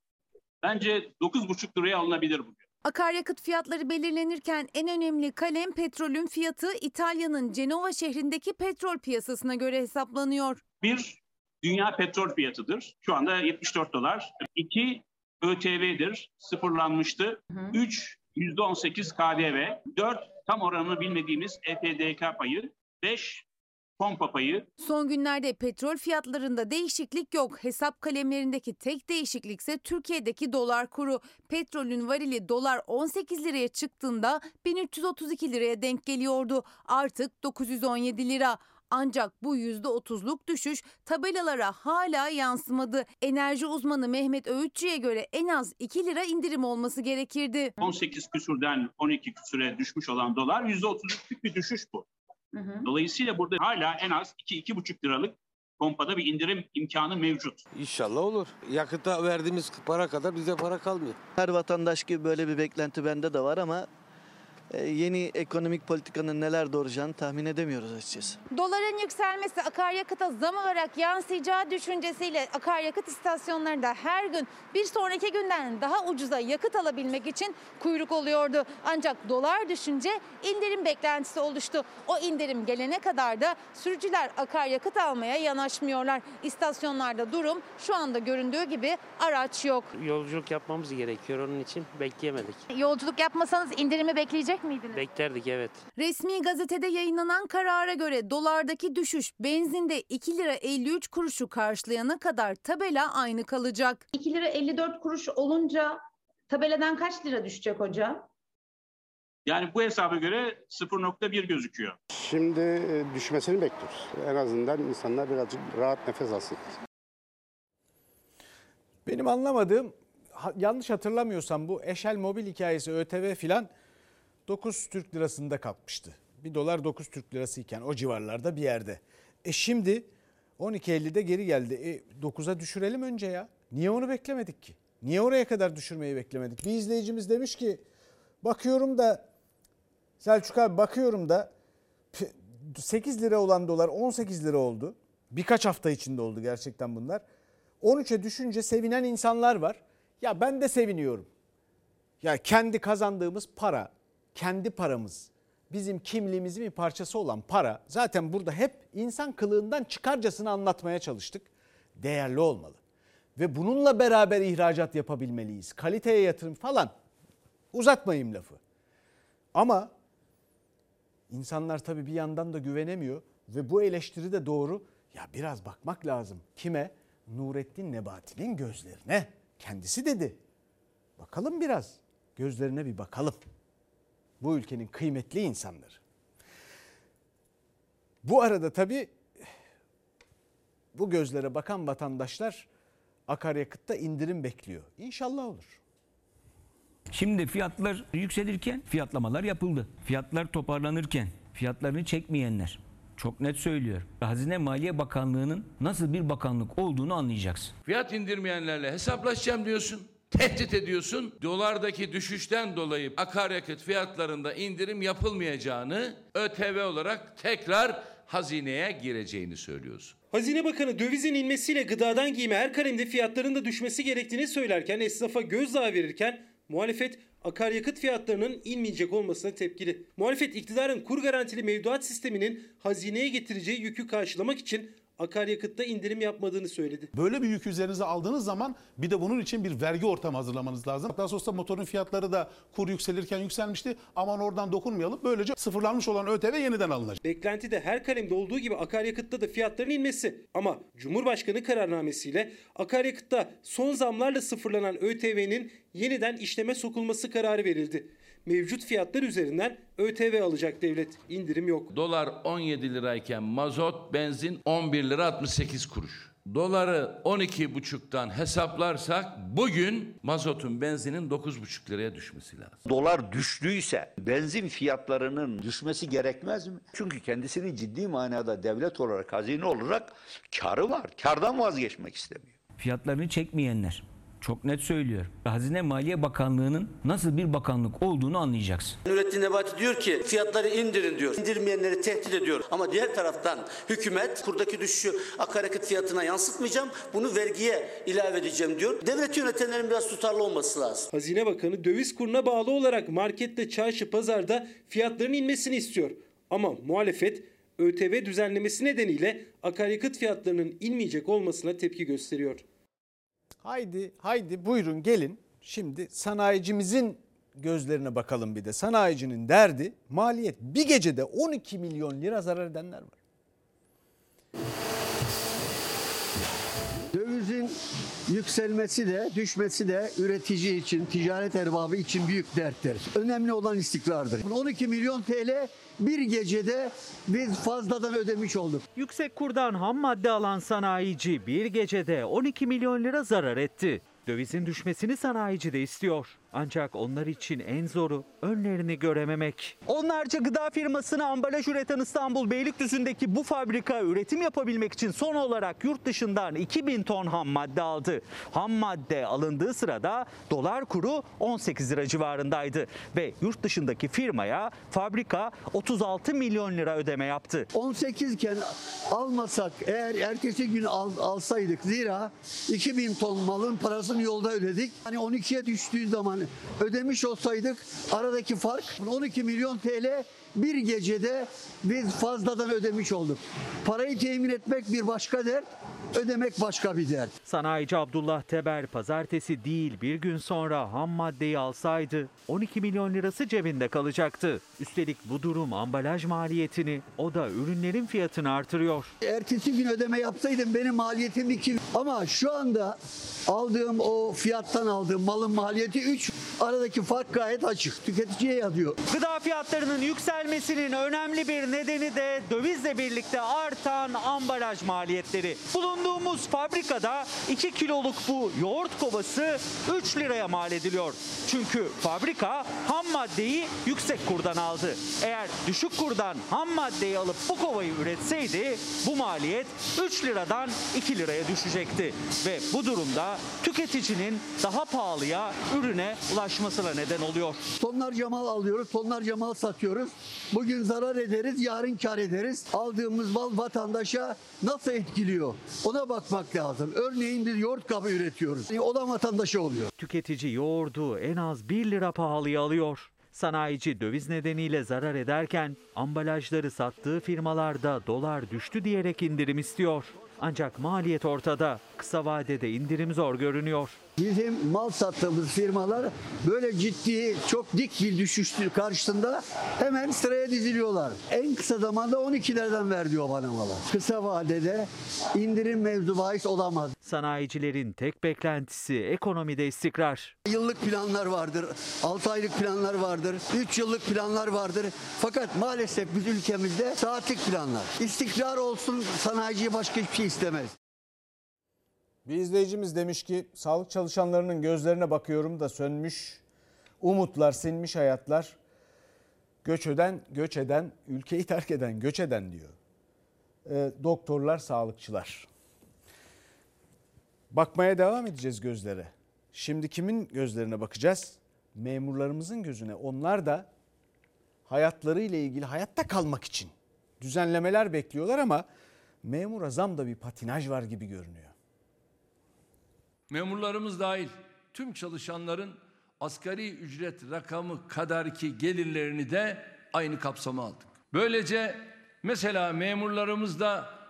Bence dokuz buçuk liraya alınabilir bugün. Akaryakıt fiyatları belirlenirken en önemli kalem petrolün fiyatı İtalya'nın Cenova şehrindeki petrol piyasasına göre hesaplanıyor. Bir, dünya petrol fiyatıdır. Şu anda yetmiş dört dolar. İki, ÖTV'dir. Sıfırlanmıştı. Hı. Üç, yüzde on sekiz K D V. Dört, tam oranını bilmediğimiz E P D K payı. Beş, pompa payı. Son günlerde petrol fiyatlarında değişiklik yok. Hesap kalemlerindeki tek değişiklikse Türkiye'deki dolar kuru. Petrolün varili dolar on sekiz liraya çıktığında bin üç yüz otuz iki liraya denk geliyordu. Artık dokuz yüz on yedi lira. Ancak bu yüzde otuzluk düşüş tabelalara hala yansımadı. Enerji uzmanı Mehmet Öğütçü'ye göre en az iki lira indirim olması gerekirdi. on sekiz küsurden on iki küsure düşmüş olan dolar yüzde otuzluk bir düşüş bu. Dolayısıyla burada hala en az iki iki buçuk liralık pompada bir indirim imkanı mevcut. İnşallah olur. Yakıta verdiğimiz para kadar bize para kalmıyor. Her vatandaş gibi böyle bir beklenti bende de var ama yeni ekonomik politikanın neler doğuracağını tahmin edemiyoruz açıkçası. Doların yükselmesi akaryakıta zam olarak yansıyacağı düşüncesiyle akaryakıt istasyonlarında her gün bir sonraki günden daha ucuza yakıt alabilmek için kuyruk oluyordu. Ancak dolar düşünce indirim beklentisi oluştu. O indirim gelene kadar da sürücüler akaryakıt almaya yanaşmıyorlar. İstasyonlarda durum şu anda göründüğü gibi araç yok. Yolculuk yapmamız gerekiyor, onun için bekleyemedik. Yolculuk yapmasanız indirimi bekleyecek miydiniz? Beklerdik, evet. Resmi gazetede yayınlanan karara göre dolardaki düşüş benzinde iki lira elli üç kuruşu karşılayana kadar tabela aynı kalacak. iki lira elli dört kuruş olunca tabeladan kaç lira düşecek hocam? Yani bu hesaba göre sıfır nokta bir gözüküyor. Şimdi düşmesini bekliyoruz. En azından insanlar birazcık rahat nefes alsın. Benim anlamadığım, yanlış hatırlamıyorsam bu Eşel Mobil hikayesi, ÖTV filan dokuz Türk lirasında kalkmıştı. Bir dolar dokuz Türk lirası iken o civarlarda bir yerde. E şimdi on iki ellide geri geldi. E dokuza düşürelim önce ya. Niye onu beklemedik ki? Niye oraya kadar düşürmeyi beklemedik? Bir izleyicimiz demiş ki bakıyorum da Selçuk abi bakıyorum da sekiz lira olan dolar on sekiz lira oldu. Birkaç hafta içinde oldu gerçekten bunlar. on üçe düşünce sevinen insanlar var. Ya ben de seviniyorum. Ya kendi kazandığımız para, kendi paramız, bizim kimliğimizin bir parçası olan para zaten burada hep insan kılığından çıkarcasını anlatmaya çalıştık. Değerli olmalı. Ve bununla beraber ihracat yapabilmeliyiz. Kaliteye yatırım falan. Uzatmayayım lafı. Ama insanlar tabii bir yandan da güvenemiyor ve bu eleştiri de doğru. Ya biraz bakmak lazım. Kime? Nurettin Nebati'nin gözlerine. Kendisi dedi. Bakalım biraz. Gözlerine bir bakalım. Bu ülkenin kıymetli insanları. Bu arada tabii bu gözlere bakan vatandaşlar akaryakıtta indirim bekliyor. İnşallah olur. Şimdi fiyatlar yükselirken fiyatlamalar yapıldı. Fiyatlar toparlanırken fiyatlarını çekmeyenler çok net söylüyor. Hazine Maliye Bakanlığı'nın nasıl bir bakanlık olduğunu anlayacaksın. Fiyat indirmeyenlerle hesaplaşacağım diyorsun. Tehdit ediyorsun. Dolardaki düşüşten dolayı akaryakıt fiyatlarında indirim yapılmayacağını, ÖTV olarak tekrar hazineye gireceğini söylüyorsun. Hazine Bakanı dövizin inmesiyle gıdadan giyime her kalemde fiyatların da düşmesi gerektiğini söylerken, esnafa gözdağı verirken muhalefet akaryakıt fiyatlarının inmeyecek olmasına tepkili. Muhalefet iktidarın kur garantili mevduat sisteminin hazineye getireceği yükü karşılamak için akaryakıtta indirim yapmadığını söyledi. Böyle bir yük üzerinize aldığınız zaman bir de bunun için bir vergi ortamı hazırlamanız lazım. Hatta sonuçta motorun fiyatları da kur yükselirken yükselmişti. Aman oradan dokunmayalım. Böylece sıfırlanmış olan ÖTV yeniden alınacak. Beklenti de her kalemde olduğu gibi akaryakıtta da fiyatların inmesi. Ama Cumhurbaşkanı kararnamesiyle akaryakıtta son zamlarla sıfırlanan ÖTV'nin yeniden işleme sokulması kararı verildi. Mevcut fiyatlar üzerinden ÖTV alacak devlet. İndirim yok. Dolar on yedi lirayken mazot, benzin on bir lira altmış sekiz kuruş. Doları on iki buçuktan hesaplarsak bugün mazotun, benzinin dokuz buçuk liraya düşmesi lazım. Dolar düştüyse benzin fiyatlarının düşmesi gerekmez mi? Çünkü kendisini ciddi manada devlet olarak, hazine olarak karı var. Kardan vazgeçmek istemiyor. Fiyatlarını çekmeyenler, çok net söylüyorum, Hazine Maliye Bakanlığı'nın nasıl bir bakanlık olduğunu anlayacaksın. Nurettin Nebati diyor ki fiyatları indirin diyor. İndirmeyenleri tehdit ediyor. Ama diğer taraftan hükümet kurdaki düşüşü akaryakıt fiyatına yansıtmayacağım, bunu vergiye ilave edeceğim diyor. Devlet yönetenlerin biraz tutarlı olması lazım. Hazine Bakanı döviz kuruna bağlı olarak markette, çarşı, pazarda fiyatların inmesini istiyor. Ama muhalefet ÖTV düzenlemesi nedeniyle akaryakıt fiyatlarının inmeyecek olmasına tepki gösteriyor. Haydi haydi buyurun gelin şimdi sanayicimizin gözlerine bakalım bir de. Sanayicinin derdi maliyet, bir gecede on iki milyon lira zarar edenler var. Dövizin yükselmesi de düşmesi de üretici için, ticaret erbabı için büyük derttir. Önemli olan istikrardır. on iki milyon T L bir gecede biz fazladan ödemiş olduk. Yüksek kurdan ham madde alan sanayici bir gecede on iki milyon lira zarar etti. Dövizin düşmesini sanayici de istiyor. Ancak onlar için en zoru önlerini görememek. Onlarca gıda firmasına ambalaj üreten İstanbul Beylikdüzü'ndeki bu fabrika üretim yapabilmek için son olarak yurt dışından iki bin ton ham madde aldı. Ham madde alındığı sırada dolar kuru on sekiz lira civarındaydı ve yurt dışındaki firmaya fabrika otuz altı milyon lira ödeme yaptı. on sekiz iken almasak, eğer ertesi gün al, alsaydık, zira iki bin ton malın parasını yolda ödedik. Hani on ikiye düştüğü zaman ödemiş olsaydık aradaki fark on iki milyon T L bir gecede biz fazladan ödemiş olduk. Parayı temin etmek bir başka dert, ödemek başka bir dert. Sanayici Abdullah Teber pazartesi değil bir gün sonra ham maddeyi alsaydı on iki milyon lirası cebinde kalacaktı. Üstelik bu durum ambalaj maliyetini, o da ürünlerin fiyatını artırıyor. Ertesi gün ödeme yapsaydım benim maliyetim iki, ama şu anda aldığım o fiyattan aldığım malın maliyeti üç. Aradaki fark gayet açık. Tüketiciye yazıyor. Gıda fiyatlarının yükselmesinin önemli bir nedeni de dövizle birlikte artan ambalaj maliyetleri. Bulunduğumuz fabrikada iki kiloluk bu yoğurt kovası üç liraya mal ediliyor. Çünkü fabrika ham maddeyi yüksek kurdan aldı. Eğer düşük kurdan ham maddeyi alıp bu kovayı üretseydi bu maliyet üç liradan iki liraya düşecekti. Ve bu durumda tüketicinin daha pahalıya ürüne ulaşmasına neden oluyor. Tonlarca mal alıyoruz, tonlarca mal satıyoruz. Bugün zarar ederiz, yarın kar ederiz. Aldığımız mal vatandaşa nasıl etkiliyor? Ona bakmak lazım. Örneğin bir yoğurt kabı üretiyoruz. O da vatandaşa oluyor. Tüketici yoğurdu en az bir lira pahalıya alıyor. Sanayici döviz nedeniyle zarar ederken ambalajları sattığı firmalarda dolar düştü diyerek indirim istiyor. Ancak maliyet ortada. Kısa vadede indirim zor görünüyor. Bizim mal sattığımız firmalar böyle ciddi, çok dik bir düşüş karşısında hemen sıraya diziliyorlar. En kısa zamanda on ikilerden ver diyor bana malı. Kısa vadede indirim mevzu bahis olamaz. Sanayicilerin tek beklentisi ekonomide istikrar. Yıllık planlar vardır, altı aylık planlar vardır, üç yıllık planlar vardır. Fakat maalesef biz ülkemizde saatlik planlar. İstikrar olsun, sanayici başka hiçbir şey istemez. Bir izleyicimiz demiş ki sağlık çalışanlarının gözlerine bakıyorum da sönmüş umutlar, sinmiş hayatlar, göç eden, göç eden, ülkeyi terk eden, göç eden diyor. E, doktorlar, sağlıkçılar. Bakmaya devam edeceğiz gözlere. Şimdi kimin gözlerine bakacağız? Memurlarımızın gözüne. Onlar da hayatlarıyla ilgili, hayatta kalmak için düzenlemeler bekliyorlar ama memura zamda bir patinaj var gibi görünüyor. Memurlarımız dahil tüm çalışanların asgari ücret rakamı kadarki gelirlerini de aynı kapsama aldık. Böylece mesela memurlarımızda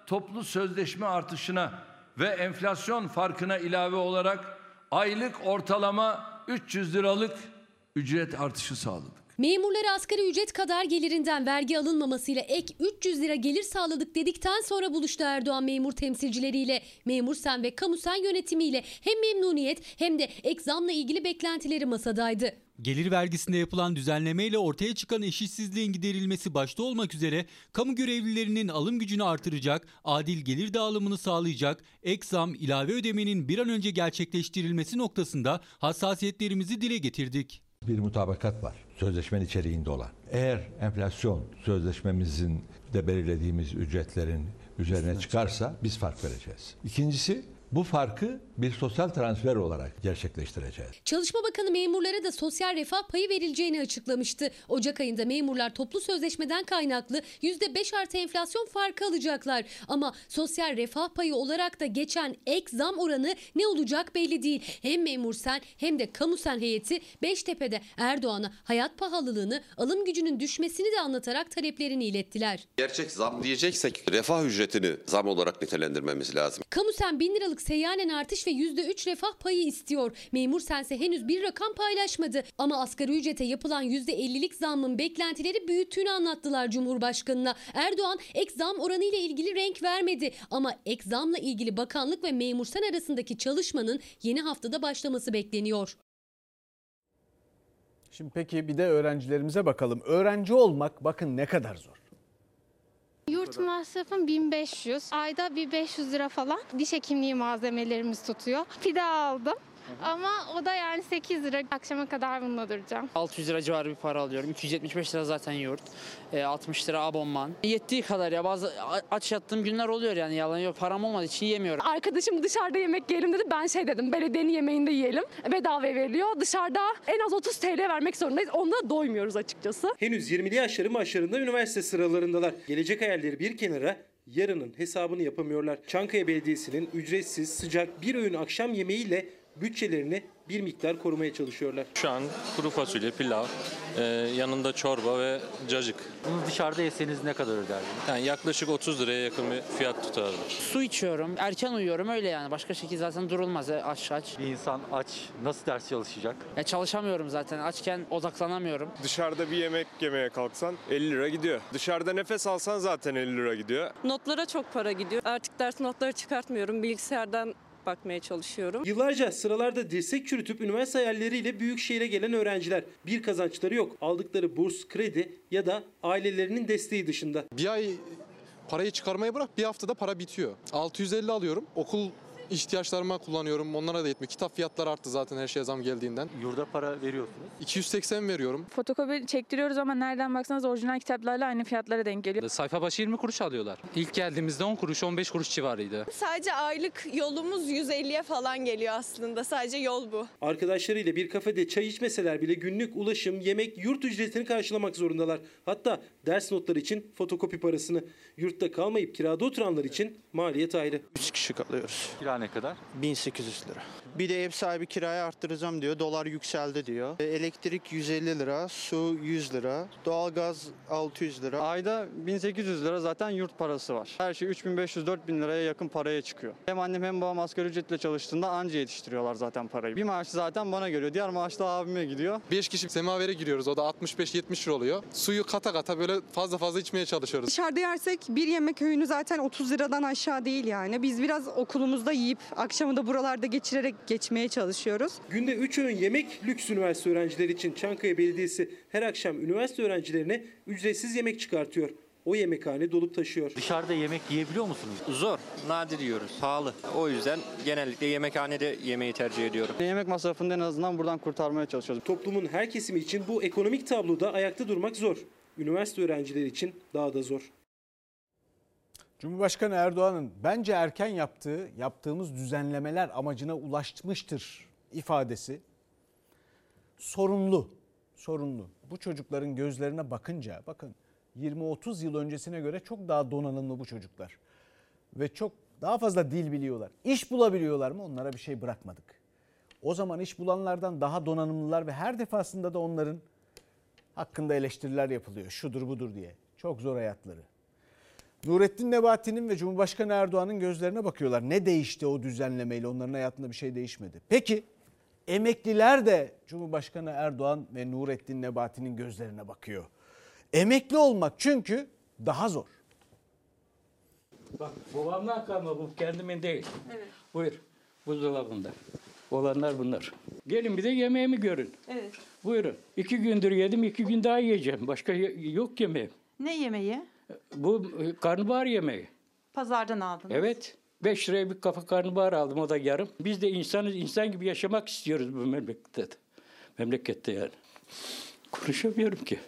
toplu sözleşme artışına ve enflasyon farkına ilave olarak aylık ortalama üç yüz liralık ücret artışı sağladık. Memurlara asgari ücret kadar gelirinden vergi alınmamasıyla ek üç yüz lira gelir sağladık dedikten sonra buluştu Erdoğan memur temsilcileriyle. Memursen ve Kamusen yönetimiyle hem memnuniyet hem de ek zamla ilgili beklentileri masadaydı. Gelir vergisinde yapılan düzenlemeyle ortaya çıkan eşitsizliğin giderilmesi başta olmak üzere kamu görevlilerinin alım gücünü artıracak, adil gelir dağılımını sağlayacak, ek zam, ilave ödemenin bir an önce gerçekleştirilmesi noktasında hassasiyetlerimizi dile getirdik. Bir mutabakat var sözleşmenin içeriğinde olan. Eğer enflasyon sözleşmemizin de belirlediğimiz ücretlerin üzerine çıkarsa biz fark vereceğiz. İkincisi, bu farkı bir sosyal transfer olarak gerçekleştireceğiz. Çalışma Bakanı memurlara da sosyal refah payı verileceğini açıklamıştı. Ocak ayında memurlar toplu sözleşmeden kaynaklı yüzde beş artı enflasyon farkı alacaklar. Ama sosyal refah payı olarak da geçen ek zam oranı ne olacak belli değil. Hem Memursen hem de Kamusen heyeti Beştepe'de Erdoğan'a hayat pahalılığını, alım gücünün düşmesini de anlatarak taleplerini ilettiler. Gerçek zam diyeceksek refah ücretini zam olarak nitelendirmemiz lazım. Kamusen bin liralık seyyanen artış ve yüzde üç refah payı istiyor. Memursense henüz bir rakam paylaşmadı. Ama asgari ücrete yapılan yüzde ellilik zammın beklentileri büyüttüğünü anlattılar Cumhurbaşkanı'na. Erdoğan ek zam oranı ile ilgili renk vermedi. Ama ek zamla ilgili bakanlık ve Memursen arasındaki çalışmanın yeni haftada başlaması bekleniyor. Şimdi peki bir de öğrencilerimize bakalım. Öğrenci olmak bakın ne kadar zor. Yurt masrafım bin beş yüz. Ayda bir beş yüz lira falan diş hekimliği malzemelerimiz tutuyor. Pide aldım. Ama o da yani sekiz lira. Akşama kadar bununla duracağım. altı yüz lira civarı bir para alıyorum. üç yüz yetmiş beş lira zaten yurt. E, altmış lira abonman. Yettiği kadar ya, bazı aç yattığım günler oluyor yani, yalan yok. Param olmadığı için yiyemiyorum. Arkadaşım dışarıda yemek yiyelim dedi. Ben şey dedim, belediyenin yemeğinde yiyelim. Bedava veriliyor. Dışarıda en az otuz TL vermek zorundayız. Onda doymuyoruz açıkçası. Henüz yirmili yaşları başlarında üniversite sıralarındalar. Gelecek hayalleri bir kenara, yarının hesabını yapamıyorlar. Çankaya Belediyesi'nin ücretsiz sıcak bir öğün akşam yemeğiyle bütçelerini bir miktar korumaya çalışıyorlar. Şu an kuru fasulye, pilav, e, yanında çorba ve cacık. Bunu dışarıda yeseniz ne kadar öderdiniz? Yani yaklaşık otuz liraya yakın bir fiyat tutardı. Su içiyorum, erken uyuyorum, öyle yani. Başka şekilde zaten durulmaz aç aç. Bir insan aç nasıl ders çalışacak? Ya çalışamıyorum zaten, açken odaklanamıyorum. Dışarıda bir yemek yemeye kalksan elli lira gidiyor. Dışarıda nefes alsan zaten elli lira gidiyor. Notlara çok para gidiyor. Artık ders notları çıkartmıyorum. Bilgisayardan bakmaya çalışıyorum. Yıllarca sıralarda dirsek çürütüp üniversite hayalleriyle büyük şehire gelen öğrenciler. Bir kazançları yok. Aldıkları burs, kredi ya da ailelerinin desteği dışında. Bir ay parayı çıkarmayı bırak, bir haftada para bitiyor. altı yüz elli alıyorum. Okul ihtiyaçlarıma kullanıyorum. Onlara da yetmiyor. Kitap fiyatları arttı zaten her şeye zam geldiğinden. Yurda para veriyorsunuz. iki yüz seksen veriyorum. Fotokopi çektiriyoruz ama nereden baksanız orijinal kitaplarla aynı fiyatlara denk geliyor. Sayfa başı yirmi kuruş alıyorlar. İlk geldiğimizde on kuruş, on beş kuruş civarıydı. Sadece aylık yolumuz yüz elliye falan geliyor aslında. Sadece yol bu. Arkadaşlarıyla bir kafede çay içmeseler bile günlük ulaşım, yemek, yurt ücretini karşılamak zorundalar. Hatta ders notları için fotokopi parasını. Yurtta kalmayıp kirada oturanlar için maliyet ayrı. üç kişi kalıyoruz. Kira ne kadar? bin sekiz yüz lira. Bir de ev sahibi kirayı arttıracağım diyor. Dolar yükseldi diyor. Elektrik yüz elli lira, su yüz lira, doğalgaz altı yüz lira. Ayda bin sekiz yüz lira zaten yurt parası var. Her şey üç bin beş yüz dört bin liraya yakın paraya çıkıyor. Hem annem hem babam asgari ücretle çalıştığında anca yetiştiriyorlar zaten parayı. Bir maaş zaten bana geliyor. Diğer maaş da abime gidiyor. beş kişi semavere giriyoruz. O da altmış beş yetmiş lira oluyor. Suyu kata kata böyle fazla fazla içmeye çalışıyoruz. Dışarıda yersek bir yemek öğünü zaten otuz liradan aşağı değil yani. Biz biraz okulumuzda yiyip akşamı da buralarda geçirerek geçmeye çalışıyoruz. Günde üç öğün yemek lüks üniversite öğrencileri için. Çankaya Belediyesi her akşam üniversite öğrencilerine ücretsiz yemek çıkartıyor. O yemekhane dolup taşıyor. Dışarıda yemek yiyebiliyor musunuz? Zor, nadir yiyoruz. Pahalı. O yüzden genellikle yemekhanede yemeği tercih ediyorum. Yemek masrafını en azından buradan kurtarmaya çalışıyoruz. Toplumun her kesimi için bu ekonomik tabloda ayakta durmak zor. Üniversite öğrencileri için daha da zor. Cumhurbaşkanı Erdoğan'ın bence erken yaptığı, yaptığımız düzenlemeler amacına ulaşmıştır ifadesi sorunlu. Sorunlu. Bu çocukların gözlerine bakınca, bakın yirmi otuz yıl öncesine göre çok daha donanımlı bu çocuklar. Ve çok daha fazla dil biliyorlar. İş bulabiliyorlar mı? Onlara bir şey bırakmadık. O zaman iş bulanlardan daha donanımlılar ve her defasında da onların hakkında eleştiriler yapılıyor. Şudur budur diye. Çok zor hayatları. Nurettin Nebati'nin ve Cumhurbaşkanı Erdoğan'ın gözlerine bakıyorlar. Ne değişti o düzenlemeyle? Onların hayatında bir şey değişmedi. Peki emekliler de Cumhurbaşkanı Erdoğan ve Nurettin Nebati'nin gözlerine bakıyor. Emekli olmak çünkü daha zor. Bak babamdan kalma, bu kendimin değil. Evet. Buyur, buzdolabında. Olanlar bunlar. Gelin bir de yemeğimi görün. Evet. Buyurun. İki gündür yedim, iki gün daha yiyeceğim. Başka yok yemeğim. Ne yemeği? Bu e, karnabahar yemeği. Pazardan aldınız. Evet. Beş liraya bir kafa karnabahar aldım, o da yarım. Biz de insanız, insan gibi yaşamak istiyoruz bu memlekette. Memlekette yani. Konuşamıyorum ki.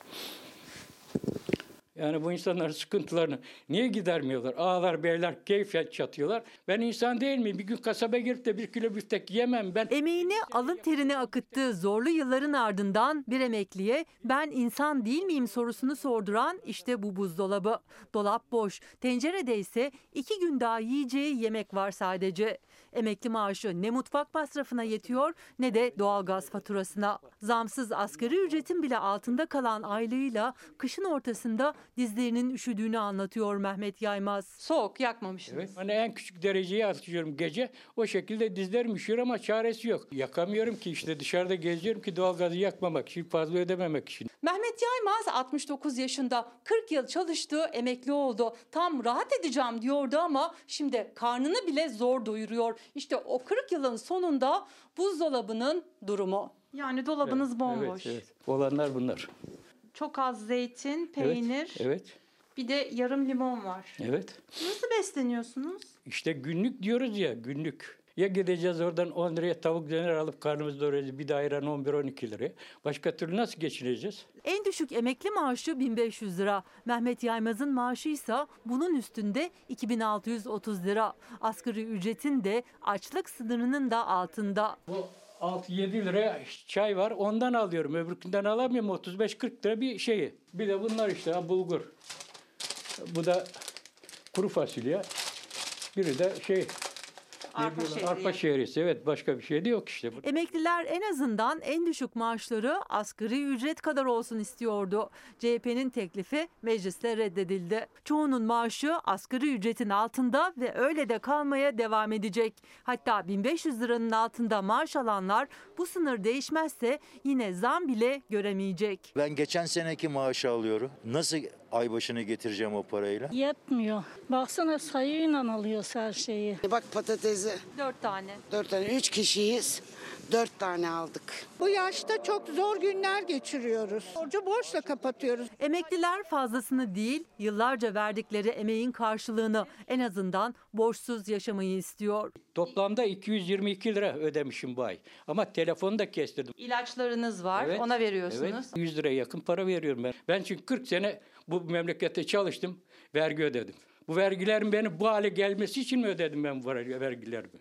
Yani bu insanların sıkıntılarını niye gidermiyorlar? Ağalar, beyler keyfe çatıyorlar. Ben insan değil miyim? Bir gün kasaba girip de bir kilo biftek yemem ben. Emeğini, alın terini akıttığı zorlu yılların ardından bir emekliye ben insan değil miyim sorusunu sorduran işte bu buzdolabı. Dolap boş, tencerede ise iki gün daha yiyeceği yemek var sadece. Emekli maaşı ne mutfak masrafına yetiyor ne de doğalgaz faturasına. Zamsız asgari ücretin bile altında kalan aylığıyla kışın ortasında dizlerinin üşüdüğünü anlatıyor Mehmet Yaymaz. Soğuk yakmamışsınız. Evet. Hani en küçük dereceyi atıyorum gece. O şekilde dizlerim üşüyor ama çaresi yok. Yakamıyorum ki, işte dışarıda geziyorum ki doğalgazı yakmamak için, fazla ödememek için. Mehmet Yaymaz altmış dokuz yaşında, kırk yıl çalıştı, emekli oldu. Tam rahat edeceğim diyordu ama şimdi karnını bile zor doyuruyor. İşte o kırk yılın sonunda buzdolabının durumu. Yani dolabınız Evet, bomboş. Evet, evet. Olanlar bunlar. Çok az zeytin, peynir, Evet, evet, bir de yarım limon var. evet. Nasıl besleniyorsunuz? İşte günlük diyoruz ya, günlük. Ya gideceğiz oradan on liraya tavuk döner alıp karnımızı doyuracağız, bir de ayran on bir on iki liraya. Başka türlü nasıl geçineceğiz? En düşük emekli maaşı bin beş yüz lira. Mehmet Yaymaz'ın maaşı ise bunun üstünde iki bin altı yüz otuz lira. Asgari ücretin de açlık sınırının da altında. Bu altı yedi liraya çay var, ondan alıyorum. Öbürkünden alamıyorum, otuz beş kırk lira bir şeyi. Bir de bunlar işte, ha, bulgur. Bu da kuru fasulye. Biri de şey... Arpa şehriye. Arpa şehriyesi, evet, başka bir şey de yok işte. Emekliler en azından en düşük maaşları asgari ücret kadar olsun istiyordu. C H P'nin teklifi mecliste reddedildi. Çoğunun maaşı asgari ücretin altında ve öyle de kalmaya devam edecek. Hatta bin beş yüz liranın altında maaş alanlar bu sınır değişmezse yine zam bile göremeyecek. Ben geçen seneki maaşı alıyorum. Nasıl ay başını getireceğim o parayla? Yetmiyor. Baksana sayıyla alıyoruz her şeyi. Bak patatesi. Dört tane. Dört tane. Üç kişiyiz. Dört tane aldık. Bu yaşta çok zor günler geçiriyoruz. Borcu borçla kapatıyoruz. Emekliler fazlasını değil, yıllarca verdikleri emeğin karşılığını, en azından borçsuz yaşamayı istiyor. Toplamda iki yüz yirmi iki lira ödemişim bu ay. Ama telefonu da kestirdim. İlaçlarınız var, Evet, ona veriyorsunuz. Evet, yüz liraya yakın para veriyorum ben. Ben çünkü kırk sene bu memlekette çalıştım, vergi ödedim. Bu vergilerin beni bu hale gelmesi için mi ödedim ben bu vergilerimi?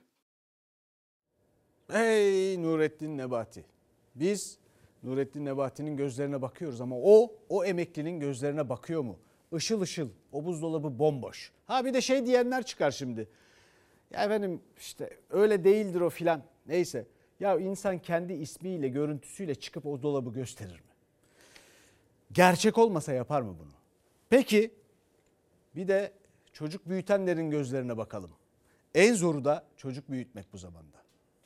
Hey Nurettin Nebati. Biz Nurettin Nebati'nin gözlerine bakıyoruz ama o, o emeklinin gözlerine bakıyor mu? Işıl ışıl, o buzdolabı bomboş. Ha bir de şey diyenler çıkar şimdi. Ya efendim işte öyle değildir o filan. Neyse. Ya insan kendi ismiyle, görüntüsüyle çıkıp o dolabı gösterir mi? Gerçek olmasa yapar mı bunu? Peki bir de çocuk büyütenlerin gözlerine bakalım. En zoru da çocuk büyütmek bu zamanda.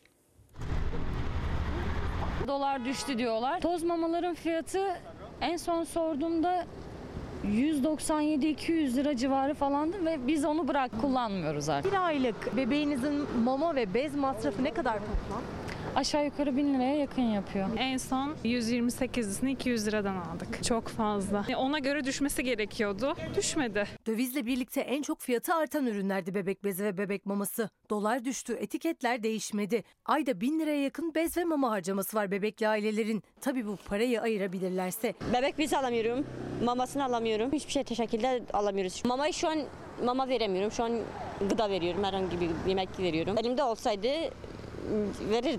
Dolar düştü diyorlar. Toz mamaların fiyatı en son sorduğumda yüz doksan yedi iki yüz lira civarı falandı ve biz onu bırak kullanmıyoruz artık. Bir aylık bebeğinizin mama ve bez masrafı ne kadar toplam? Aşağı yukarı bin liraya yakın yapıyor. En son yüz yirmi sekizlisini iki yüz liradan aldık. Çok fazla. Ona göre düşmesi gerekiyordu. Düşmedi. Dövizle birlikte en çok fiyatı artan ürünlerdi bebek bezi ve bebek maması. Dolar düştü, etiketler değişmedi. Ayda bin liraya yakın bez ve mama harcaması var bebekli ailelerin. Tabii bu parayı ayırabilirlerse. Bebek bezi alamıyorum, mamasını alamıyorum. Hiçbir şey şekilde alamıyoruz. Mamayı şu an mama veremiyorum. Şu an gıda veriyorum, herhangi bir yemek veriyorum. Elimde olsaydı verirdim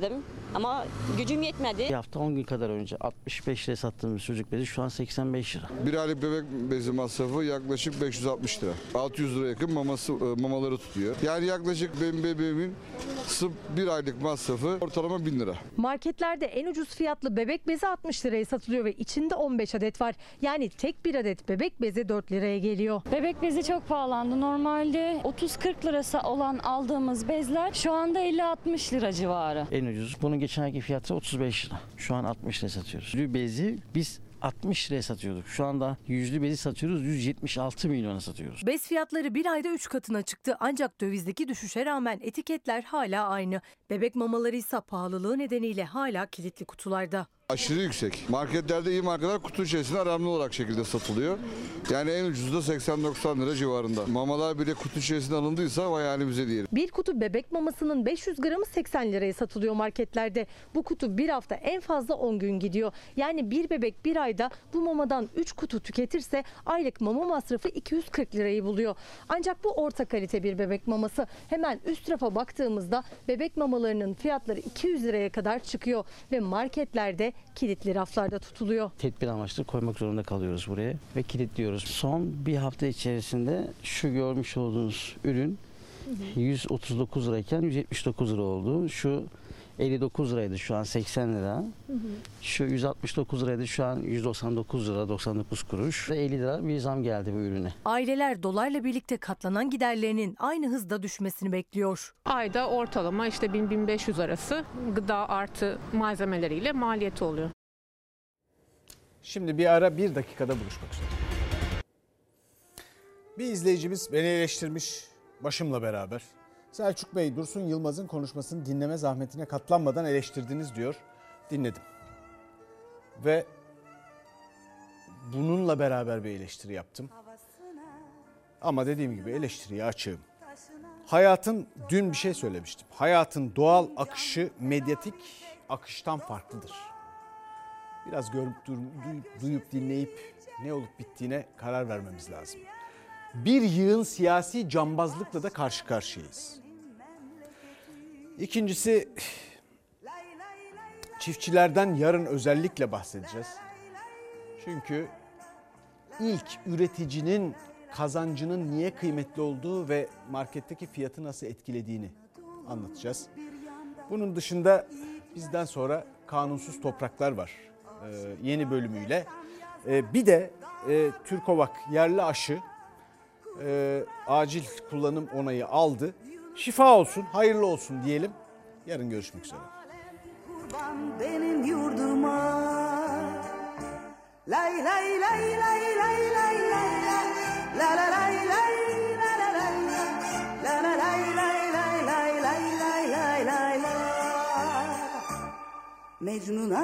ama gücüm yetmedi. Bir hafta on gün kadar önce altmış beş liraya sattığımız çocuk bezi şu an seksen beş lira. Bir aylık bebek bezi masrafı yaklaşık beş yüz altmış lira. altı yüz lira yakın maması, mamaları tutuyor. Yani yaklaşık benim bebeğimin sırf bir aylık masrafı ortalama bin lira. Marketlerde en ucuz fiyatlı bebek bezi altmış liraya satılıyor ve içinde on beş adet var. Yani tek bir adet bebek bezi dört liraya geliyor. Bebek bezi çok pahalandı. Normalde otuz kırk lirası olan aldığımız bezler şu anda elli altmış lira civarı. En ucuz. Bunun geçen ayki fiyatı otuz beş lira. Şu an altmış liraya satıyoruz. Yüzlü bezi biz altmış liraya satıyorduk. Şu anda yüzlü bezi satıyoruz. yüz yetmiş altı milyona satıyoruz. Bez fiyatları bir ayda üç katına çıktı. Ancak dövizdeki düşüşe rağmen etiketler hala aynı. Bebek mamaları ise pahalılığı nedeniyle hala kilitli kutularda. Aşırı yüksek. Marketlerde iyi markalar kutu içerisinde aramlı olarak şekilde satılıyor. Yani en ucuzu da seksen doksan lira civarında. Mamalar bile kutu içerisinde alındıysa vay halimize diyelim. Bir kutu bebek mamasının beş yüz gramı seksen liraya satılıyor marketlerde. Bu kutu bir hafta en fazla on gün gidiyor. Yani bir bebek bir ayda bu mamadan üç kutu tüketirse aylık mama masrafı iki yüz kırk lirayı buluyor. Ancak bu orta kalite bir bebek maması. Hemen üst rafa baktığımızda bebek mamalarının fiyatları iki yüz liraya kadar çıkıyor ve marketlerde kilitli raflarda tutuluyor. Tedbir amaçlı koymak zorunda kalıyoruz buraya ve kilitliyoruz. Son bir hafta içerisinde şu görmüş olduğunuz ürün yüz otuz dokuz lirayken yüz yetmiş dokuz lira oldu. Şu elli dokuz liraydı, şu an seksen lira. Hı hı. Şu yüz altmış dokuz liraydı, şu an yüz doksan dokuz lira doksan dokuz kuruş. elli lira bir zam geldi bu ürüne. Aileler dolarla birlikte katlanan giderlerinin aynı hızda düşmesini bekliyor. Ayda ortalama işte bin bin beş yüz arası gıda artı malzemeleriyle maliyeti oluyor. Şimdi bir ara bir dakikada buluşmak üzere. Bir izleyicimiz beni eleştirmiş başımla beraber. Selçuk Bey, Dursun Yılmaz'ın konuşmasını dinleme zahmetine katlanmadan eleştirdiniz diyor. Dinledim. Ve bununla beraber bir eleştiri yaptım. Ama dediğim gibi eleştiriye açığım. Hayatın, dün bir şey söylemiştim. Hayatın doğal akışı medyatik akıştan farklıdır. Biraz görüp, duyup, duyup dinleyip ne olup bittiğine karar vermemiz lazım. Bir yığın siyasi cambazlıkla da karşı karşıyayız. İkincisi, çiftçilerden yarın özellikle bahsedeceğiz. Çünkü ilk üreticinin kazancının niye kıymetli olduğu ve marketteki fiyatı nasıl etkilediğini anlatacağız. Bunun dışında bizden sonra kanunsuz topraklar var ee, yeni bölümüyle. Ee, bir de e, Türkovak yerli aşı e, acil kullanım onayı aldı. Şifa olsun, hayırlı olsun diyelim. Yarın görüşmek üzere. Kurban benim yurduma. Lay lay lay lay lay lay lay la la lay lay la la lay la la lay lay lay lay lay lay lay lay Mecnun'a